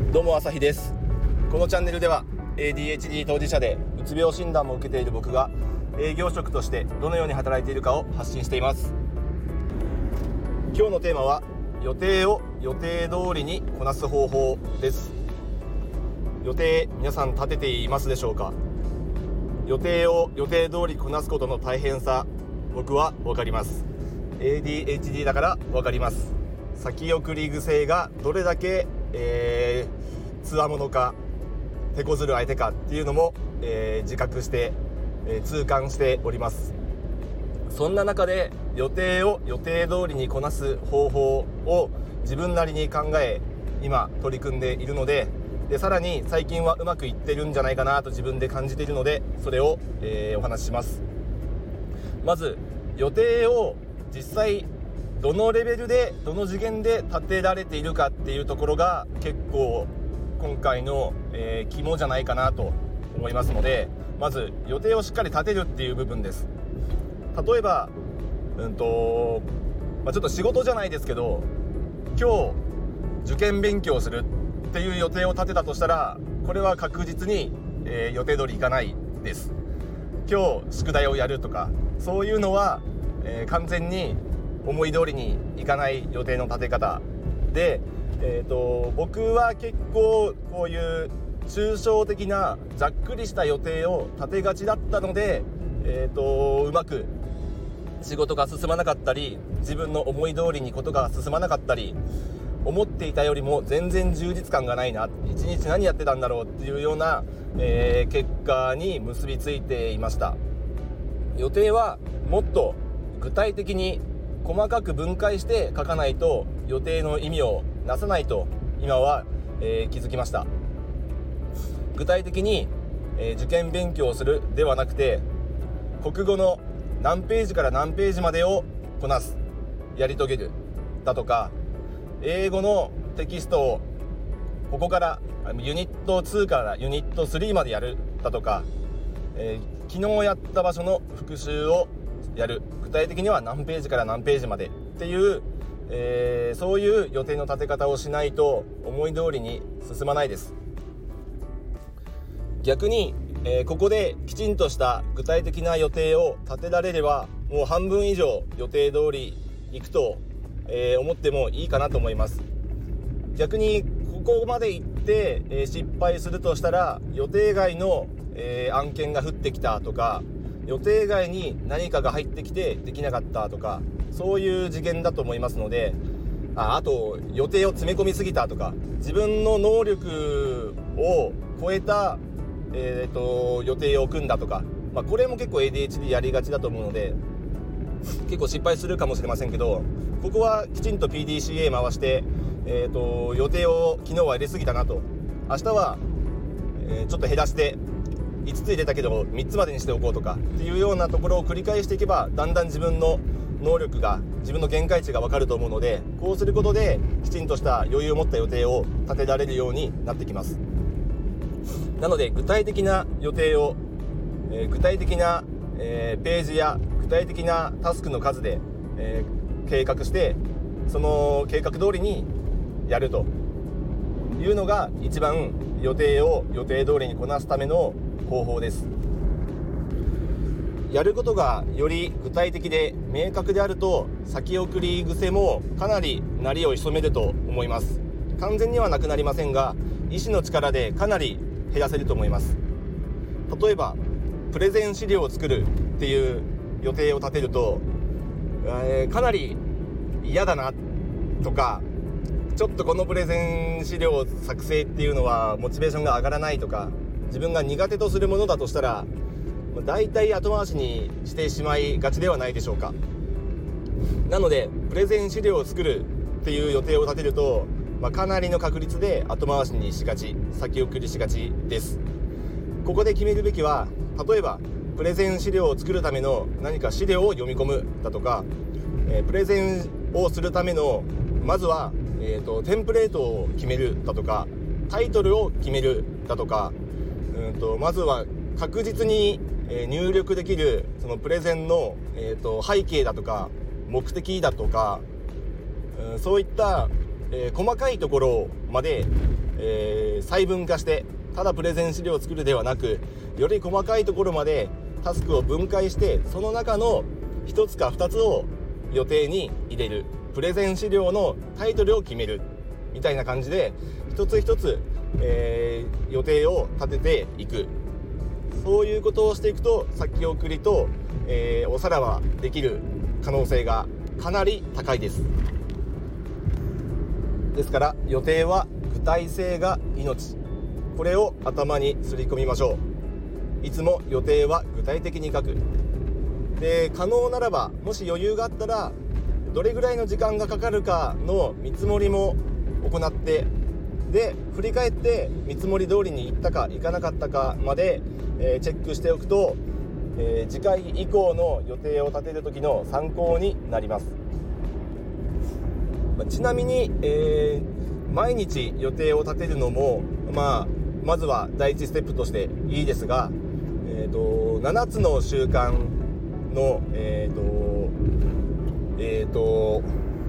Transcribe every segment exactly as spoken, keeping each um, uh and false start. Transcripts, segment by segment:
どうも朝日です。このチャンネルでは エーディーエイチディー 当事者でうつ病診断も受けている僕が営業職としてどのように働いているかを発信しています。今日のテーマは予定を予定通りにこなす方法です。予定皆さん立てていますでしょうか？予定を予定通りこなすことの大変さ、僕は分かります。 エーディーエイチディー だから分かります。先送り癖がどれだけ、えー、つわものか手こずる相手かっていうのも、えー、自覚して、えー、痛感しております。そんな中で予定を予定通りにこなす方法を自分なりに考え今取り組んでいるので、でさらに最近はうまくいってるんじゃないかなと自分で感じているので、それを、えー、お話しします。まず予定を実際どのレベルでどの次元で立てられているかっていうところが結構今回の、えー、肝じゃないかなと思いますので、まず予定をしっかり立てるっていう部分です。例えば、うんとまあ、ちょっと仕事じゃないですけど、今日受験勉強するっていう予定を立てたとしたら、これは確実に、えー、予定通りいかないです。今日宿題をやるとかそういうのは、えー、完全に思い通りにいかない予定の立て方で、えーと、僕は結構こういう抽象的なざっくりした予定を立てがちだったので、えーと、うまく仕事が進まなかったり、自分の思い通りにことが進まなかったり、思っていたよりも全然充実感がないな、一日何やってたんだろうっていうような、えー、結果に結びついていました。予定はもっと具体的に細かく分解して書かないと予定の意味をなさないと今は、えー、気づきました。具体的に、えー、受験勉強をするではなくて、国語の何ページから何ページまでをこなす、やり遂げるだとか、英語のテキストをここからユニットツーからユニットスリーまでやるだとか、えー、昨日やった場所の復習をやる、具体的には何ページから何ページまでっていう、えー、そういう予定の立て方をしないと思い通りに進まないです。逆に、えー、ここできちんとした具体的な予定を立てられれば、もう半分以上予定通りいくと、えー、思ってもいいかなと思います。逆にここまで行って、えー、失敗するとしたら、予定外の、えー、案件が降ってきたとか、予定外に何かが入ってきてできなかったとか、そういう次元だと思いますので、あ, あと予定を詰め込みすぎたとか、自分の能力を超えた、えー、と予定を組んだとか、まあ、これも結構 エーディーエイチディー やりがちだと思うので結構失敗するかもしれませんけど、ここはきちんと ピーディーシーエー 回して、えー、と予定を昨日は入れすぎたなと、明日は、えー、ちょっと減らしていつつ入れたけどみっつまでにしておこうとかっていうようなところを繰り返していけば、だんだん自分の能力が、自分の限界値が分かると思うので、こうすることできちんとした余裕を持った予定を立てられるようになってきます。なので具体的な予定を、えー、具体的な、えー、ページや具体的なタスクの数で、えー、計画して、その計画通りにやるというのが一番予定を予定通りにこなすための方法です。やることがより具体的で明確であると、先送り癖もかなりなりを潜めると思います。完全にはなくなりませんが、意志の力でかなり減らせると思います。例えばプレゼン資料を作るっていう予定を立てると、えー、かなり嫌だなとか、ちょっとこのプレゼン資料作成っていうのはモチベーションが上がらないとか、自分が苦手とするものだとしたら、だいたい後回しにしてしまいがちではないでしょうか。なのでプレゼン資料を作るっていう予定を立てると、まあ、かなりの確率で後回しにしがち、先送りしがちです。ここで決めるべきは、例えばプレゼン資料を作るための何か資料を読み込むだとか、えー、プレゼンをするためのまずは、えーと、テンプレートを決めるだとか、タイトルを決めるだとか、うんとまずは確実に入力できるそのプレゼンの、えーと、背景だとか目的だとか、うん、そういった、えー、細かいところまで、 えー、細分化して、ただプレゼン資料を作るではなく、より細かいところまでタスクを分解して、その中のひとつかふたつを予定に入れる、プレゼン資料のタイトルを決めるみたいな感じで、一つ一つ、えー、予定を立てていく。そういうことをしていくと、先送りと、えー、おさらばできる可能性がかなり高いです。ですから予定は具体性が命、これを頭にすり込みましょう。いつも予定は具体的に書く。で、可能ならば、もし余裕があったらどれぐらいの時間がかかるかの見積もりも行って、で振り返って見積もり通りにいったかいかなかったかまで、えー、チェックしておくと、えー、次回以降の予定を立てる時の参考になります。まあ、ちなみに、えー、毎日予定を立てるのも、まあ、まずは第一ステップとしていいですが、えーと、ななつの習慣のえーとえーと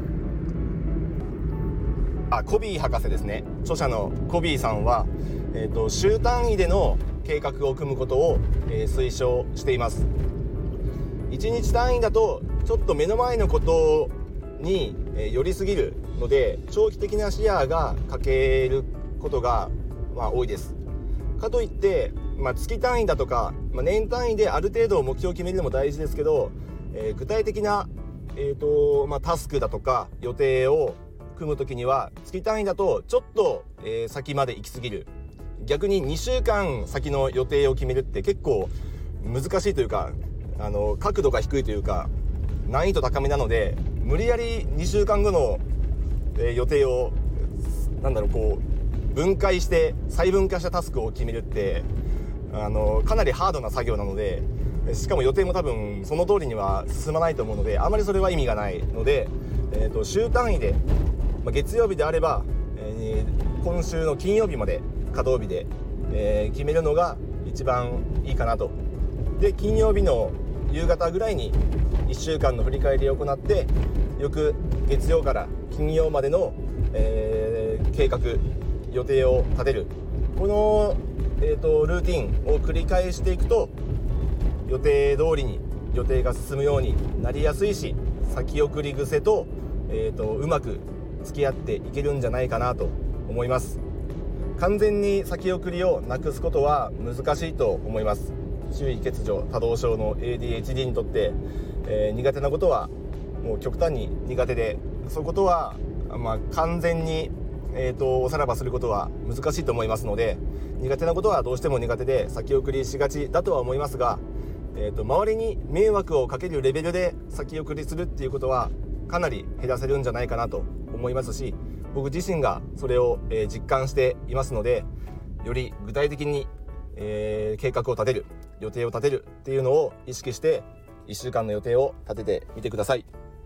あコビー博士ですね、著者のコビーさんは、えーと、週単位での計画を組むことを、えー、推奨しています。いちにち単位だとちょっと目の前のことに、えー、寄りすぎるので、長期的な視野が欠けることが、まあ、多いです。かといって、まあ、月単位だとか、まあ、年単位である程度目標を決めるのも大事ですけど、えー、具体的な、えーとまあ、タスクだとか予定を組むときには、月単位だとちょっと、えー、先まで行き過ぎる。逆ににしゅうかん先の予定を決めるって結構難しいというか、あの角度が低いというか難易度高めなので、無理やりにしゅうかんごの、えー、予定をなんだろうこう分解して細分化したタスクを決めるってあのかなりハードな作業なので、しかも予定も多分その通りには進まないと思うので、あまりそれは意味がないので、えーと、週単位で、まあ、月曜日であれば、えー、今週の金曜日まで稼働日で、えー、決めるのが一番いいかなと。で、金曜日の夕方ぐらいにいっしゅうかんの振り返りを行って、翌月曜から金曜までの、えー、計画予定を立てる、この、えーと、ルーティンを繰り返していくと、予定通りに予定が進むようになりやすいし、先送り癖と、えーと、うまく付き合っていけるんじゃないかなと思います。完全に先送りをなくすことは難しいと思います。注意欠如多動症の エーディーエイチディー にとって、えー、苦手なことはもう極端に苦手で、そういうことは、まあ、完全に、えーと、おさらばすることは難しいと思いますので、苦手なことはどうしても苦手で先送りしがちだとは思いますが、えーと、周りに迷惑をかけるレベルで先送りするっていうことはかなり減らせるんじゃないかなと思いますし、僕自身がそれを、えー、実感していますので、より具体的に、えー、計画を立てる、予定を立てるっていうのを意識していっしゅうかんの予定を立ててみてください。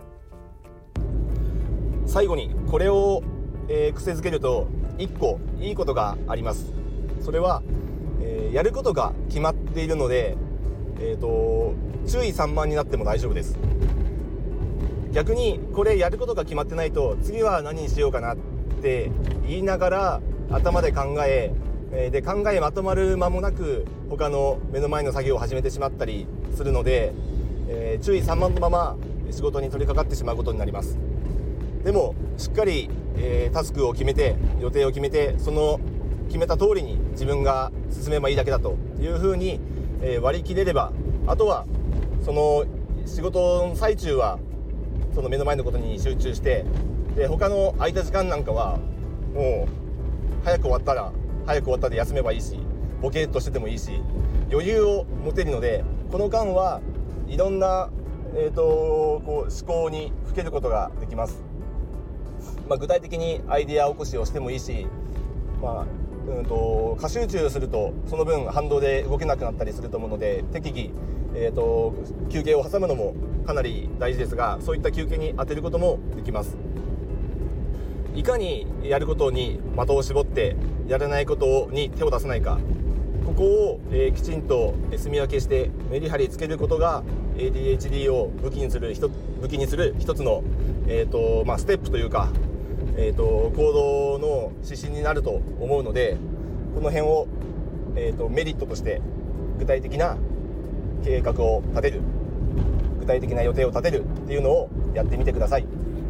最後にこれを、えー、癖づけるといっこいいことがあります。それは、えー、やることが決まっているので、えーと、注意散漫になっても大丈夫です。逆にこれやることが決まってないと、次は何にしようかなって言いながら頭で考え、えー、で考えまとまる間もなく他の目の前の作業を始めてしまったりするので、えー、注意散漫のまま仕事に取り掛かってしまうことになります。でもしっかり、えー、タスクを決めて予定を決めて、その決めた通りに自分が進めばいいだけだというふうに、えー、割り切れれば、あとはその仕事の最中はその目の前のことに集中して、で他の空いた時間なんかはもう早く終わったら早く終わったで休めばいいし、ボケっとしててもいいし、余裕を持てるので、この間はいろんな、えーと、こう思考にふけることができます。まあ、具体的にアイデア起こしをしてもいいし、まあうんと過集中するとその分反動で動けなくなったりすると思うので、適宜、えーと休憩を挟むのもかなり大事ですが、そういった休憩に当てることもできます。いかにやることに的を絞ってやらないことに手を出さないか、ここを、えー、きちんと住み分けしてメリハリつけることが エーディーエイチディー を武器にする武器にする一つの、えーとまあ、ステップというか、 えー、と行動の指針になると思うので、この辺を、えー、とメリットとして具体的な計画を立てる、具体的な予定を立てるっていうのをやってみてください。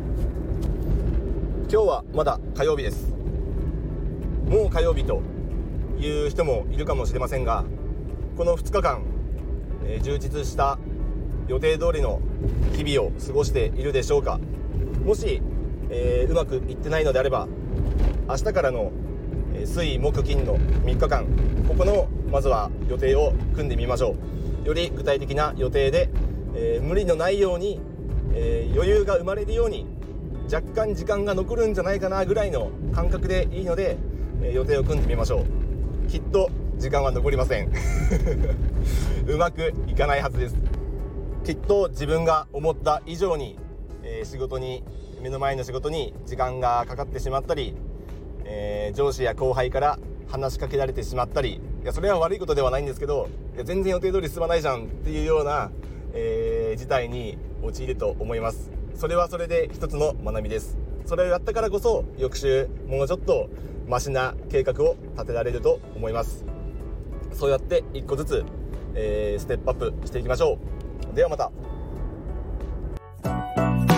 今日はまだ火曜日です。もう火曜日という人もいるかもしれませんが、このふつかかん、えー、充実した予定通りの日々を過ごしているでしょうか。もし、えー、うまくいってないのであれば、明日からの、えー、水木金のみっかかん、ここのまずは予定を組んでみましょう。より具体的な予定で、えー、無理のないように、えー、余裕が生まれるように、若干時間が残るんじゃないかなぐらいの感覚でいいので、えー、予定を組んでみましょう。きっと時間は残りませんうまくいかないはずです。きっと自分が思った以上に、えー、仕事に目の前の仕事に時間がかかってしまったり、えー、上司や後輩から話しかけられてしまったり、いやそれは悪いことではないんですけど、いや全然予定通り進まないじゃんっていうような、えー、事態に陥ると思います。それはそれで一つの学びです。それをやったからこそ翌週もうちょっとマシな計画を立てられると思います。そうやって一個ずつ、えー、ステップアップしていきましょう。ではまた。